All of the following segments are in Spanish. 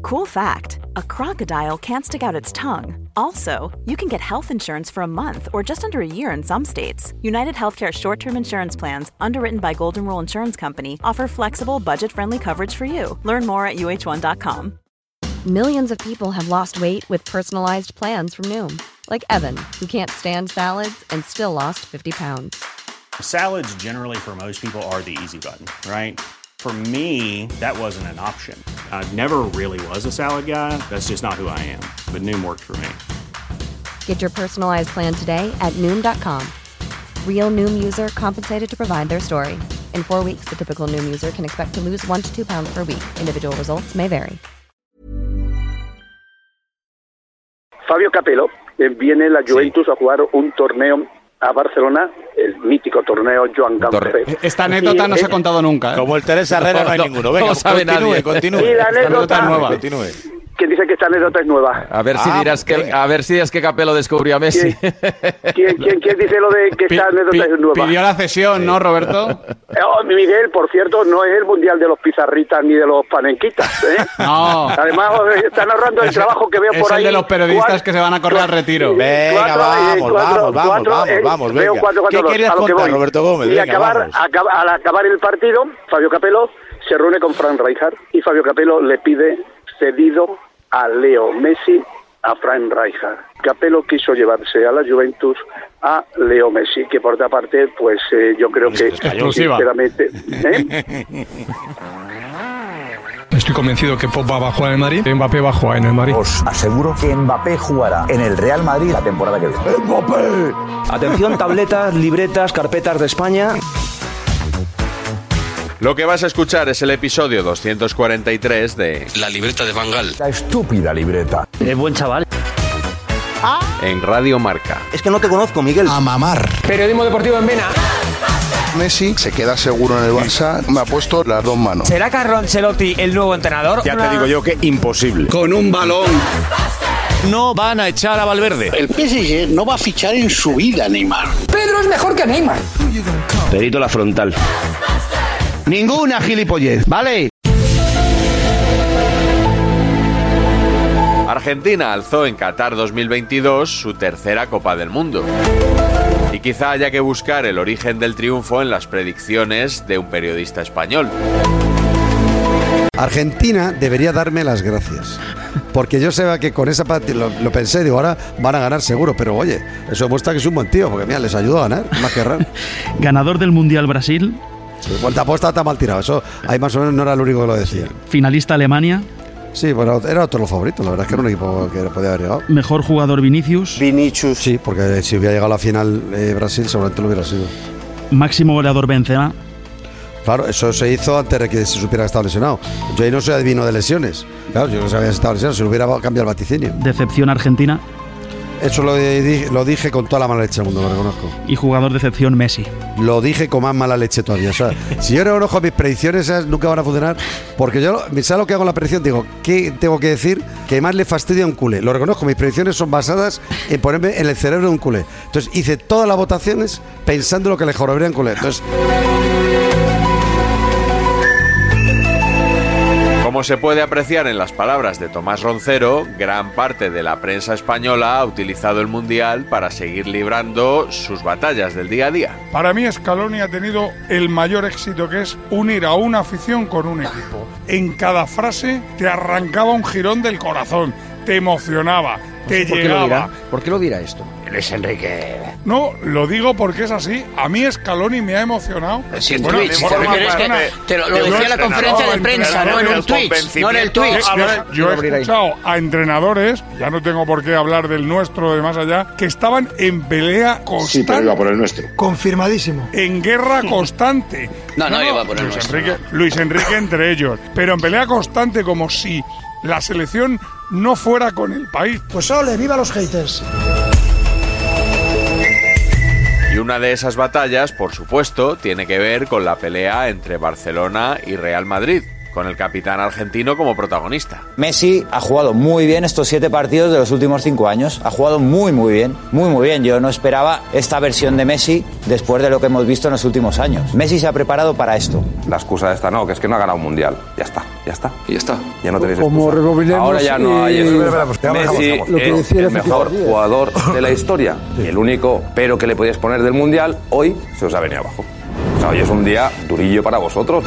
Cool fact, a crocodile can't stick out its tongue. Also, you can get health insurance for a month or just under a year in some states. United Healthcare short-term insurance plans, underwritten by Golden Rule Insurance Company, offer flexible, budget-friendly coverage for you. Learn more at uh1.com. Millions of people have lost weight with personalized plans from Noom. Like Evan, who can't stand salads and still lost 50 pounds. Salads generally for most people are the easy button, right? For me, that wasn't an option. I never really was a salad guy. That's just not who I am. But Noom worked for me. Get your personalized plan today at Noom.com. Real Noom user compensated to provide their story. In 4 weeks, the typical Noom user can expect to lose 1 to 2 pounds per week. Individual results may vary. Fabio Capello viene la Juventus a jugar un torneo a Barcelona, el mítico torneo Joan Gamper. Esta anécdota no se ha contado nunca. Como el Teresa Herrera no hay ninguno. Venga, no sabe nadie. Continúe. Y la anécdota es nueva. Continúe. ¿Quién dice que esta anécdota es nueva? A ver si dirás que Capello descubrió a Messi. ¿Quién dice lo de que esta anécdota es nueva? Pidió la cesión, ¿no, Roberto? Miguel, por cierto, no es el mundial de los pizarritas ni de los panenquitas, ¿eh? No. Además, está narrando el trabajo que veo por ahí. Es el de los periodistas que se van a correr al retiro. Venga, vamos. Veo Venga. ¿Qué querías contar, Roberto Gómez? Y Venga, al acabar el partido, Fabio Capello se reúne con Frank Rijkaard y Fabio Capello le pide cedido a Leo Messi a Frank Rijkaard. Capello quiso llevarse a la Juventus a Leo Messi, que por otra parte, pues yo creo que sinceramente... Estoy convencido que Pogba va a jugar en el Madrid, Mbappé va a jugar en el Madrid. Os aseguro que Mbappé jugará en el Real Madrid la temporada que viene. ¡Mbappé! Atención, tabletas, libretas, carpetas de España. Lo que vas a escuchar es el episodio 243 de La libreta de Van Gaal. La estúpida libreta. Es buen chaval. En Radio Marca. Es que no te conozco, Miguel. A mamar. Periodismo deportivo en Vena. Messi se queda seguro en el Barça. Me ha puesto las dos manos. ¿Será Carlo Ancelotti el nuevo entrenador? Ya te digo yo que imposible. Con un balón. No van a echar a Valverde. El PSG no va a fichar en su vida a Neymar. Pedro es mejor que Neymar. Perito la frontal. Ninguna gilipollez, ¿vale? Argentina alzó en Qatar 2022 su tercera Copa del Mundo. Y quizá haya que buscar el origen del triunfo en las predicciones de un periodista español. Argentina debería darme las gracias. Porque yo sé que con esa partida lo pensé, digo, ahora van a ganar seguro, pero oye, eso demuestra que es un buen tío, porque mira, les ayudó a ganar, más que raro. Ganador del Mundial Brasil. Vuelta aposta está mal tirado, eso ahí más o menos no era el único que lo decía. Finalista Alemania. Sí, bueno, era otro de los favoritos, la verdad es que era un equipo que podía haber llegado. Mejor jugador Vinicius. Sí, porque si hubiera llegado a la final Brasil seguramente lo hubiera sido. Máximo goleador Benzema. Claro, eso se hizo antes de que se supiera que estaba lesionado. Yo ahí no soy adivino de lesiones. Claro, yo no sabía si estaba lesionado, si lo hubiera cambiado el vaticinio. Decepción Argentina. Eso lo dije con toda la mala leche del mundo, lo reconozco. Y jugador de excepción Messi. Lo dije con más mala leche todavía. O sea, si yo reconozco mis predicciones, esas nunca van a funcionar. Porque yo, ¿sabes lo que hago en la predicción? Digo, ¿qué tengo que decir? Que más le fastidia a un culé. Lo reconozco, mis predicciones son basadas en ponerme en el cerebro de un culé. Entonces hice todas las votaciones pensando lo que le jorobaría a un culé. Entonces... Como se puede apreciar en las palabras de Tomás Roncero, gran parte de la prensa española ha utilizado el Mundial para seguir librando sus batallas del día a día. Para mí Scaloni ha tenido el mayor éxito, que es unir a una afición con un equipo. En cada frase te arrancaba un jirón del corazón, te emocionaba, te llegaba. ¿Por qué lo dirá esto? Luis Enrique. No, lo digo porque es así. A mí Scaloni me ha emocionado. Si bueno, te lo decía en la conferencia de prensa, no en el Twitch. No en el Twitch. Yo he escuchado a entrenadores, ya no tengo por qué hablar del nuestro de más allá, que estaban en pelea constante. Sí, pero iba por el nuestro. Confirmadísimo. En guerra constante. No iba por el nuestro. Luis Enrique entre ellos. Pero en pelea constante, como si la selección no fuera con el país. Pues ole, viva los haters. Y una de esas batallas, por supuesto, tiene que ver con la pelea entre Barcelona y Real Madrid. con el capitán argentino como protagonista. Messi ha jugado muy bien estos 7 partidos de los últimos 5 años. Ha jugado muy bien, muy bien. Yo no esperaba esta versión de Messi después de lo que hemos visto en los últimos años. Messi se ha preparado para esto. La excusa esta no, que es que no ha ganado un mundial. Ya está. Y ya está. Ya no tenéis Como excusa. rebobinemos, Ahora ya no hay excusa. Messi lo que es el mejor jugador de la historia. Y el único pero que le podíais poner del mundial, hoy se os ha venido abajo. O sea, hoy es un día durillo para vosotros.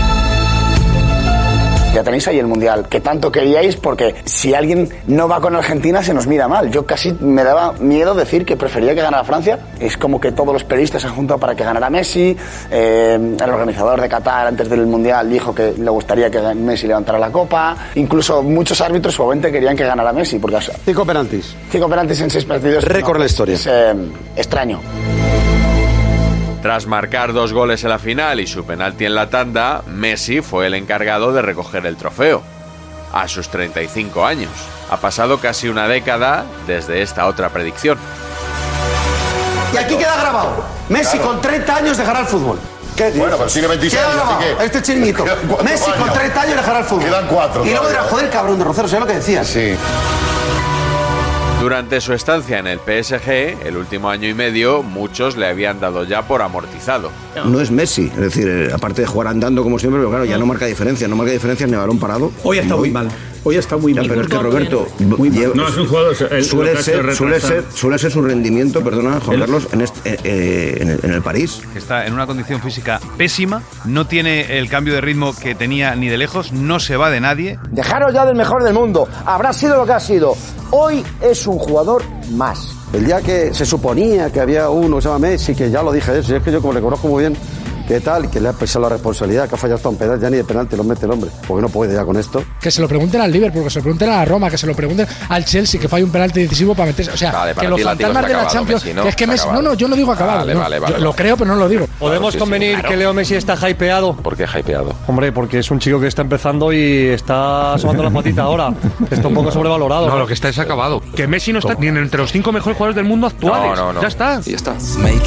Ya tenéis ahí el Mundial, que tanto queríais, porque si alguien no va con Argentina se nos mira mal. Yo casi me daba miedo decir que prefería que ganara Francia. Es como que todos los periodistas se han juntado para que ganara Messi. El organizador de Qatar antes del Mundial dijo que le gustaría que Messi levantara la copa. Incluso muchos árbitros suavemente querían que ganara Messi. Porque 5 penaltis. 5 penaltis en 6 partidos. Récord en la historia. Es extraño. Tras marcar 2 goles en la final y su penalti en la tanda, Messi fue el encargado de recoger el trofeo. A sus 35 años. Ha pasado casi una década desde esta otra predicción. Y aquí queda grabado. Messi con 30 años dejará el fútbol. Bueno, pero sigue 26 queda años, grabado, así que... este chiringuito. Messi con 30 años dejará el fútbol. Quedan 4. Y luego dirá, joder, cabrón de Rocero, ¿sabes lo que decías? Sí. Durante su estancia en el PSG, el último año y medio, muchos le habían dado ya por amortizado. No es Messi, es decir, aparte de jugar andando como siempre, pero claro, ya no marca diferencias ni a balón parado. Hoy está muy mal. Hoy está muy mal. Pero es que Roberto, no es un jugador. Suele ser su rendimiento, perdona, Juan Carlos, en el París. Está en una condición física pésima, no tiene el cambio de ritmo que tenía ni de lejos, no se va de nadie. Dejaros ya del mejor del mundo. Habrá sido lo que ha sido. Hoy es un jugador más. El día que se suponía que había uno que se llama Messi, que ya lo dije eso, y es que yo como le conozco muy bien, ¿qué tal? Que le ha pesado la responsabilidad, que ha fallado hasta un pedazo, ya ni de penalti lo mete el hombre, porque no puede ya con esto. Que se lo pregunten al Liverpool, que se lo pregunten a la Roma, que se lo pregunten al Chelsea, que falla un penalti decisivo para meterse. O sea, vale, que los fantasmas de la Champions. Messi, ¿no? Que es que Messi. No, yo no digo acabado. Vale, lo creo, pero no lo digo. ¿Podemos convenir que Leo Messi está hypeado? ¿Por qué hypeado? Hombre, porque es un chico que está empezando y está asomando la patita ahora. Está un poco sobrevalorado. No, lo que está es acabado. Que Messi no está ni entre los 5 mejores jugadores del mundo actuales. No. Ya está. Y ya está.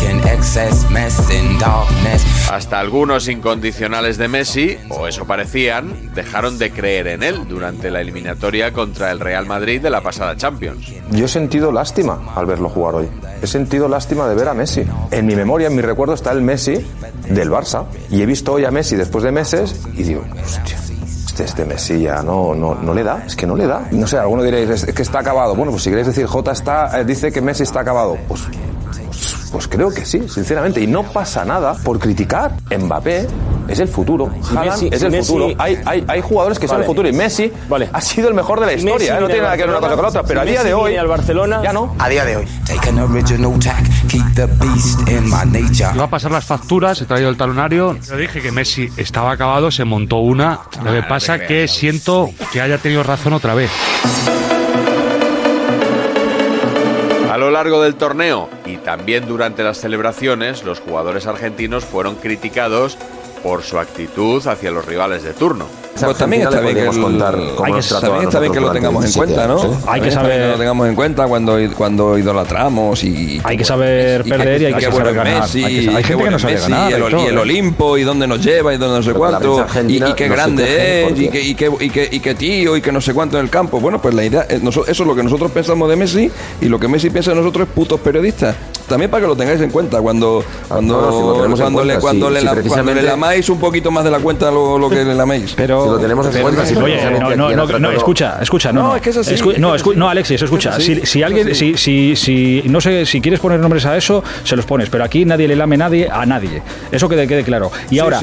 Hasta algunos incondicionales de Messi, o eso parecían, dejaron de creer en él durante la eliminatoria contra el Real Madrid de la pasada Champions. Yo he sentido lástima al verlo jugar hoy. He sentido lástima de ver a Messi. En mi memoria, en mi recuerdo está el Messi del Barça. Y he visto hoy a Messi después de meses y digo, hostia, este Messi ya no le da, es que no le da. No sé, alguno diréis, es que está acabado. Bueno, pues si queréis decir, dice que Messi está acabado. Pues creo que sí, sinceramente. Y no pasa nada por criticar. Mbappé es el futuro. Haaland es el futuro. Hay jugadores que son el futuro. Y Messi ha sido el mejor de la historia. No tiene nada que ver una cosa con la otra. Pero a día de hoy, al Barcelona, ya no. A día de hoy. Iba a pasar las facturas, he traído el talonario. Yo dije que Messi estaba acabado, se montó una. Lo que pasa es que siento que haya tenido razón otra vez. A lo largo del torneo y también durante las celebraciones, los jugadores argentinos fueron criticados por su actitud hacia los rivales de turno. Pues también está bien que lo tengamos en cuenta, ¿no? Hay que saber que lo tengamos en cuenta cuando idolatramos y hay que saber perder y hay que saber ganar. Hay gente que no sabe ganar. Y el Olimpo y dónde nos lleva y dónde no sé cuánto y qué grande es y qué tío y que no sé cuánto en el campo. Bueno, pues la idea, eso es lo que nosotros pensamos de Messi y lo que Messi piensa de nosotros es putos periodistas. También para que lo tengáis en cuenta cuando le lamáis un poquito más de la cuenta lo que le laméis. Pero si lo tenemos en cuenta. Oye, escucha. No, es que es así. No, Alexis, escucha. Si alguien, si no sé, si quieres poner nombres a eso, se los pones. Pero aquí nadie le lame a nadie. Eso que quede claro. Y ahora,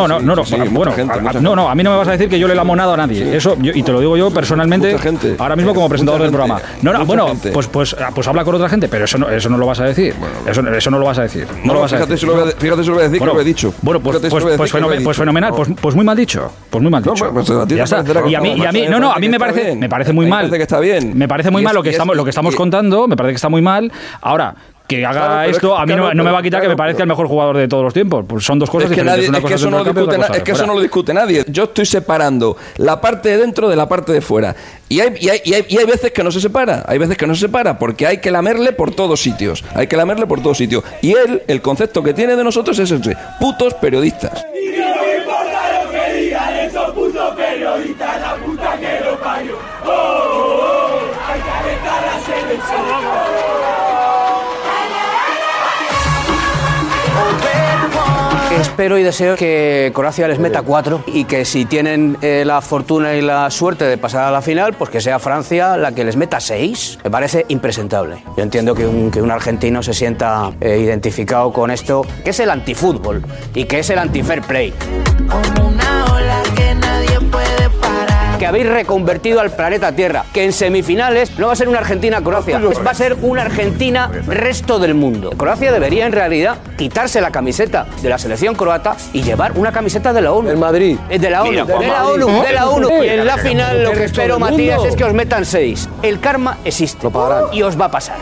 a mí no me vas a decir que yo le lamo nada a nadie. Eso, y te lo digo yo personalmente, ahora mismo como presentador del programa. Pues habla con otra gente, pero eso no lo vas a decir. Eso no lo vas a decir. No lo vas a decir. Fíjate si lo voy a decir, que lo he dicho. Bueno, pues fenomenal. Pues muy mal dicho. Ya está. Y a mí me parece muy mal. Que está bien. Me parece muy mal lo que estamos contando. Me parece que está muy mal. Ahora, que haga esto, a mí no me va a quitar que me parezca el mejor jugador de todos los tiempos. Pues son dos cosas diferentes. Es que eso no lo discute nadie. Yo estoy separando la parte de dentro de la parte de fuera. Y hay veces que no se separa. Hay veces que no se separa porque hay que lamerle por todos sitios. Y él, el concepto que tiene de nosotros es ese: putos periodistas. Y no me importa lo que digan esos putos periodista la puta que lo parió. Oh, oh, oh, hay que alentar la selección. Espero y deseo que Croacia les meta 4 y que si tienen la fortuna y la suerte de pasar a la final, pues que sea Francia la que les meta 6. Me parece impresentable. Yo entiendo que un argentino se sienta identificado con esto, que es el antifútbol y que es el anti-fair play. Como una ola que nadie puede parar. Que habéis reconvertido al planeta Tierra, que en semifinales no va a ser una Argentina-Croacia, va a ser una Argentina-resto del mundo. Croacia debería en realidad quitarse la camiseta de la selección croata y llevar una camiseta de la ONU. El Madrid. De la ONU, de la ONU. Y en la final lo que espero, Matías, es que os metan 6. El karma existe y os va a pasar.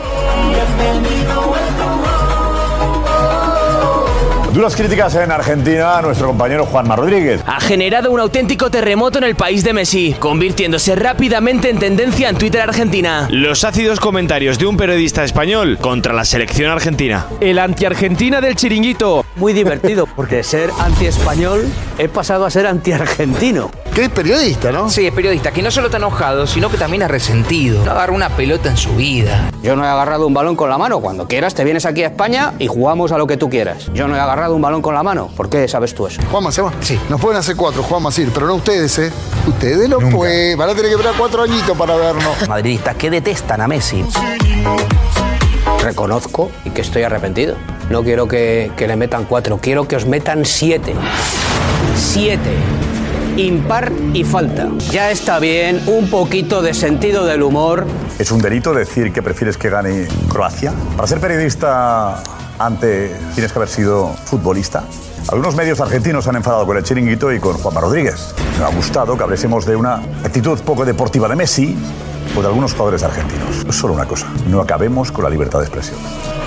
Duras críticas en Argentina a nuestro compañero Juanma Rodríguez. Ha generado un auténtico terremoto en el país de Messi, convirtiéndose rápidamente en tendencia en Twitter argentina. Los ácidos comentarios de un periodista español contra la selección argentina. El anti-argentina del chiringuito. Muy divertido, porque de ser anti-español he pasado a ser anti-argentino. Que es periodista, ¿no? Sí, es periodista, que no solo está enojado, sino que también ha resentido. No agarra una pelota en su vida. Yo no he agarrado un balón con la mano. Cuando quieras te vienes aquí a España y jugamos a lo que tú quieras. Yo no he agarrado un balón con la mano. ¿Por qué sabes tú eso? Juanma, ¿se va? Sí. Nos pueden hacer 4, Juanma, sí, pero no ustedes, ¿eh? Ustedes no pueden. Van a tener que esperar 4 añitos para vernos. Madridistas que detestan a Messi. Reconozco y que estoy arrepentido. No quiero que le metan 4, quiero que os metan 7. 7. Impar y falta. Ya está bien, un poquito de sentido del humor. ¿Es un delito decir que prefieres que gane Croacia? Para ser periodista antes tienes que haber sido futbolista. Algunos medios argentinos han enfadado con el chiringuito y con Juanma Rodríguez. Me ha gustado que hablésemos de una actitud poco deportiva de Messi o de algunos jugadores argentinos. Solo una cosa, no acabemos con la libertad de expresión.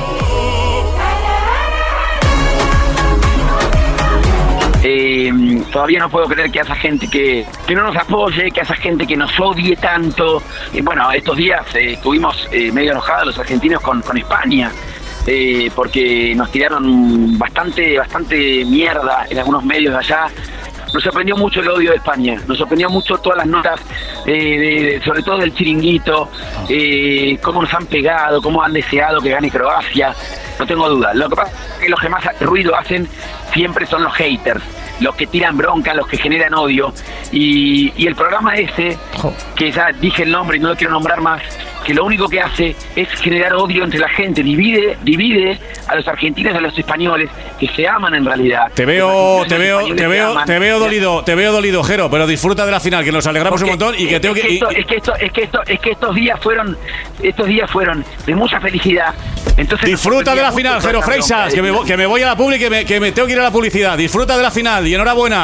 Todavía no puedo creer que a esa gente que no nos apoye, que a esa gente que nos odie tanto. Bueno, estos días estuvimos medio enojados los argentinos con España, porque nos tiraron bastante mierda en algunos medios de allá. Nos sorprendió mucho el odio de España, nos sorprendió mucho todas las notas, sobre todo del chiringuito, cómo nos han pegado, cómo han deseado que gane Croacia. No tengo duda. Lo que pasa es que los que más ruido hacen siempre son los haters, los que tiran bronca, los que generan odio. Y el programa ese, que ya dije el nombre y no lo quiero nombrar más, que lo único que hace es generar odio entre la gente, divide a los argentinos y a los españoles, que se aman en realidad. Te veo dolido, Jero, pero disfruta de la final, que nos alegramos un montón y que tengo que. Es que estos días fueron de mucha felicidad. Entonces disfruta de la final, Jero Freixas, que me voy a la publi, que me tengo que ir a la publicidad. Disfruta de la final y enhorabuena.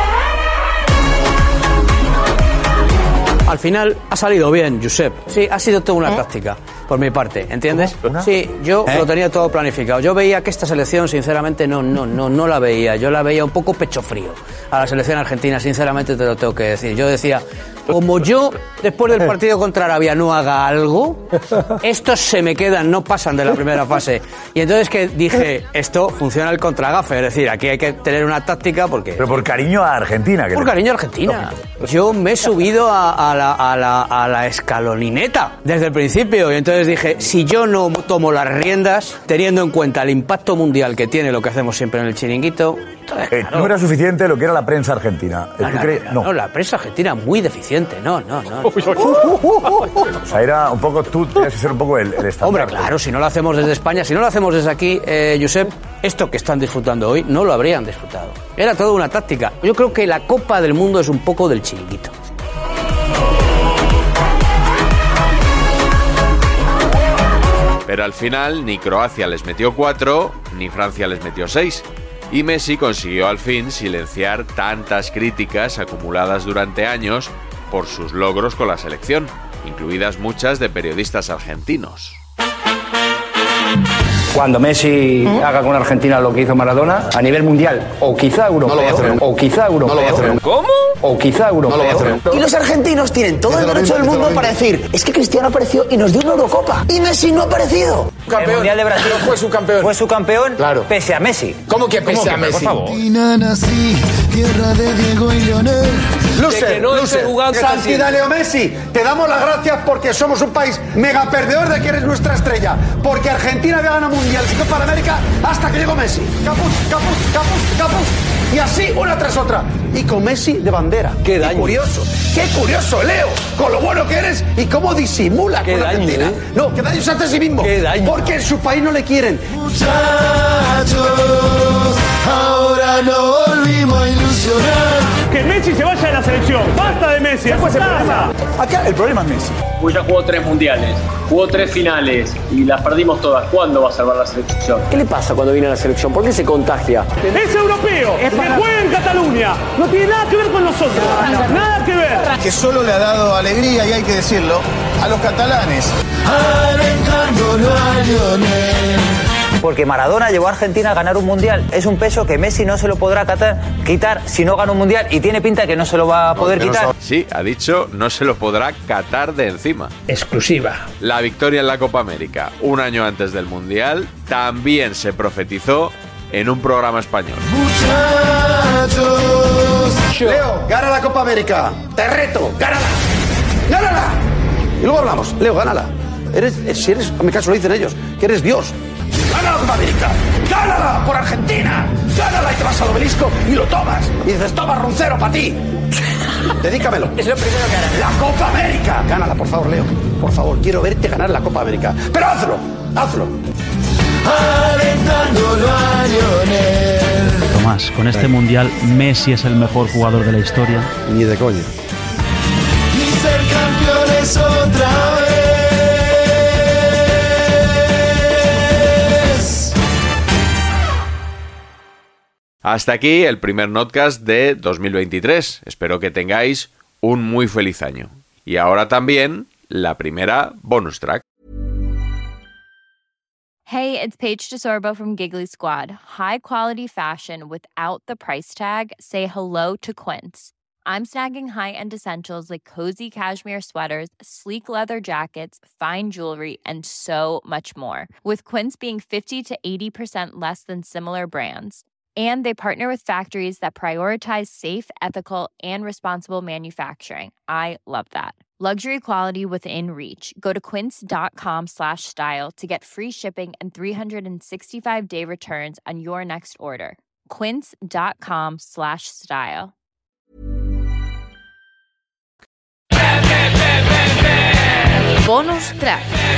Al final ha salido bien, Josep. Sí, ha sido toda una táctica, por mi parte, ¿entiendes? Sí, yo lo tenía todo planificado. Yo veía que esta selección, sinceramente, no la veía. Yo la veía un poco pecho frío a la selección argentina, sinceramente te lo tengo que decir. Yo decía, como yo, después del partido contra Arabia, no haga algo, estos se me quedan, no pasan de la primera fase. Y entonces que dije, esto funciona el contragafe, es decir, aquí hay que tener una táctica porque... Pero por cariño a Argentina. Por cariño a Argentina. Yo me he subido a la escalonineta desde el principio y entonces dije, si yo no tomo las riendas, teniendo en cuenta el impacto mundial que tiene lo que hacemos siempre en el chiringuito... Entonces, claro, no era suficiente lo que era la prensa argentina. No, la prensa argentina muy deficiente, no. O sea, era un poco, tú tenías que ser un poco el estándar. Hombre, claro, si no lo hacemos desde España, si no lo hacemos desde aquí, Josep, esto que están disfrutando hoy, no lo habrían disfrutado. Era toda una táctica. Yo creo que la Copa del Mundo es un poco del chiringuito. Pero al final ni Croacia les metió 4, ni Francia les metió 6. Y Messi consiguió al fin silenciar tantas críticas acumuladas durante años por sus logros con la selección, incluidas muchas de periodistas argentinos. Cuando Messi haga con Argentina lo que hizo Maradona, a nivel mundial, o quizá europeo, ¿Cómo? O quizá europeo. Y los argentinos tienen todo el derecho del mundo para decir, es que Cristiano apareció y nos dio una Eurocopa, y Messi no ha aparecido. El Mundial de Brasil fue su campeón. Fue su campeón, claro, pese a Messi. ¿Cómo que pese a Messi? Por favor. Argentina nací, tierra de Diego y Leonel. Loser, loser. Santidad Leo Messi, te damos las gracias porque somos un país mega perdedor de que eres nuestra estrella. Porque Argentina había ganado Mundial y Copa de América hasta que llegó Messi. Caput. Y así, una tras otra. Y con Messi de bandera. Qué daño. Qué curioso, Leo. Con lo bueno que eres y cómo disimula con Argentina. No, qué daño se hace a sí mismo. Qué daño. Porque en su país no le quieren. Muchachos, ahora no volvimos a ilusionar. Que Messi se vaya de la selección. Basta de Messi. ¿Cuál es el problema? Acá el problema es Messi. Pues ya jugó 3 mundiales, jugó 3 finales y las perdimos todas. ¿Cuándo va a salvar la selección? ¿Qué le pasa cuando viene a la selección? ¿Por qué se contagia? Es europeo, que juega en Cataluña. No tiene nada que ver con nosotros. Nada que ver. Que solo le ha dado alegría, y hay que decirlo, a los catalanes. Alentándolo a Lionel. Porque Maradona llevó a Argentina a ganar un mundial. Es un peso que Messi no se lo podrá quitar si no gana un mundial, y tiene pinta que no se lo va a poder quitar. Sí, ha dicho, no se lo podrá catar de encima. Exclusiva. La victoria en la Copa América, un año antes del mundial, también se profetizó en un programa español. Muchachos. Leo, gana la Copa América. Te reto, gánala. ¡Gánala! Y luego hablamos. Leo, gánala. Si eres, a mi caso lo dicen ellos, que eres Dios. ¡Gana la Copa América! ¡Gánala por Argentina! ¡Gánala! Y te vas al obelisco y lo tomas. Y dices, toma, Roncero, para ti. Dedícamelo. Es lo primero que harás. ¡La Copa América! Gánala, por favor, Leo. Por favor, quiero verte ganar la Copa América. ¡Pero hazlo! Alentándolo a Lionel. Tomás, con este mundial, Messi es el mejor jugador de la historia. Ni de coña. Y ser campeones otra vez. Hasta aquí el primer Notcast de 2023. Espero que tengáis un muy feliz año. Y ahora también la primera bonus track. Hey, it's Paige DeSorbo from Giggly Squad. High quality fashion without the price tag. Say hello to Quince. I'm snagging high-end essentials like cozy cashmere sweaters, sleek leather jackets, fine jewelry, and so much more. With Quince being 50 to 80% less than similar brands. And they partner with factories that prioritize safe, ethical, and responsible manufacturing. I love that. Luxury quality within reach. Go to quince.com/style to get free shipping and 365-day returns on your next order. Quince.com/style. Bonus track.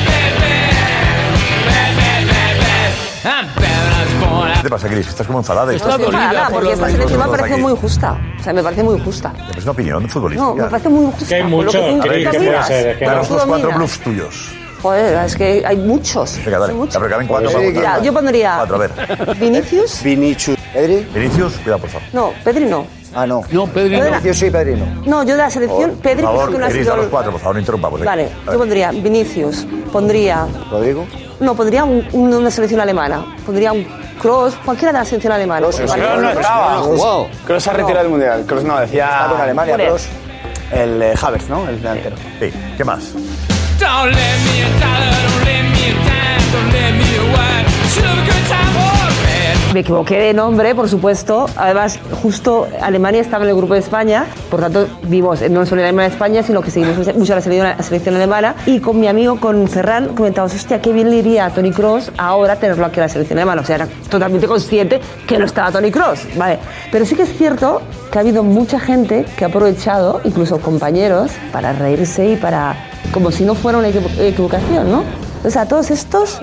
¿Qué te pasa, Cris? ¿Estás como enfadada? Estoy enfadada porque esta selección me parece muy justa. O sea, me parece muy justa. ¿Es una opinión futbolística? No, me parece muy justa. Que hay muchos. Danos los 4 bluffs tuyos. Joder, es que hay muchos. Venga, dale. Hay Pero caben 4. Mira, yo pondría 4, a ver. Vinicius. ¿Pedri? Vinicius, cuidado, por favor. No, Pedri no. Ah, no. No, Pedri no. Vinicius sí, Pedri no. No, yo de la selección, Pedri, por favor, que no ha Cris, sido... da los 4, por favor, no interrumpamos. Vale, yo pondría Vinicius, pondría... ¿Rodrigo? No, pondría una selección alemana. Pondría un Kroos, cualquiera de la selección alemana. Kroos no estaba. Wow. Kroos se ha retirado del Mundial. Kroos no, decía... Está con Alemania, Kroos. El Havertz, ¿no? El delantero. Sí, ¿qué más? Don't let me a dollar, don't let me a dime, don't let me a wine. Should have a good time or Me equivoqué de nombre, por supuesto. Además, justo Alemania estaba en el grupo de España. Por tanto, vimos no solo en Alemania España, sino que seguimos mucho a la selección alemana. Y con mi amigo, con Ferran, comentamos, hostia, qué bien le iría a Toni Kroos ahora tenerlo aquí en la selección alemana. O sea, era totalmente consciente que no estaba Toni Kroos, ¿vale? Pero sí que es cierto que ha habido mucha gente que ha aprovechado, incluso compañeros, para reírse y para... como si no fuera una equivocación, ¿no? O sea, todos estos...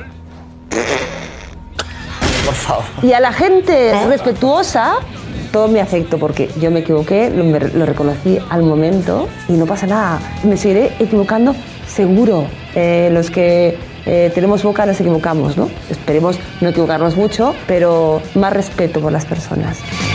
Por favor. Y a la gente respetuosa, todo mi afecto, porque yo me equivoqué, lo reconocí al momento y no pasa nada. Me seguiré equivocando seguro. Los que tenemos boca nos equivocamos, ¿no? Esperemos no equivocarnos mucho, pero más respeto por las personas.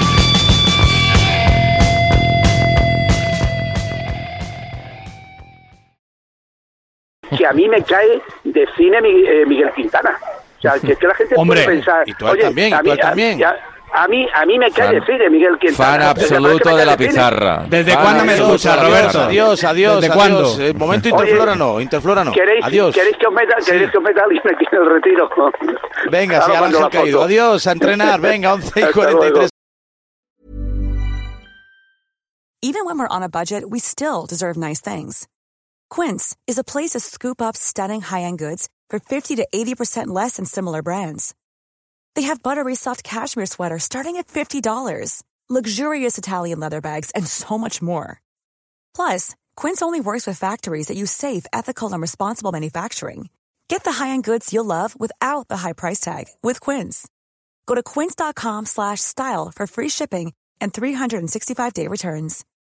Que a mí me cae de cine Miguel Quintana. O sea, que la gente puede pensar... Y tú también, y tú también. A mí me cae de cine Miguel Quintana. Fan absoluto de la pizarra. ¿Desde cuándo me escuchas, Roberto? Adiós. ¿Desde cuándo? Momento Interflora no. Adiós. ¿Queréis que os meta alguien aquí en el retiro? Venga, si Alan se ha caído. Adiós, a entrenar. Venga, 11:43. Even when we're on a budget, we still deserve nice things. Quince is a place to scoop up stunning high-end goods for 50 to 80% less than similar brands. They have buttery soft cashmere sweaters starting at $50, luxurious Italian leather bags, and so much more. Plus, Quince only works with factories that use safe, ethical, and responsible manufacturing. Get the high-end goods you'll love without the high price tag with Quince. Go to quince.com/style for free shipping and 365-day returns.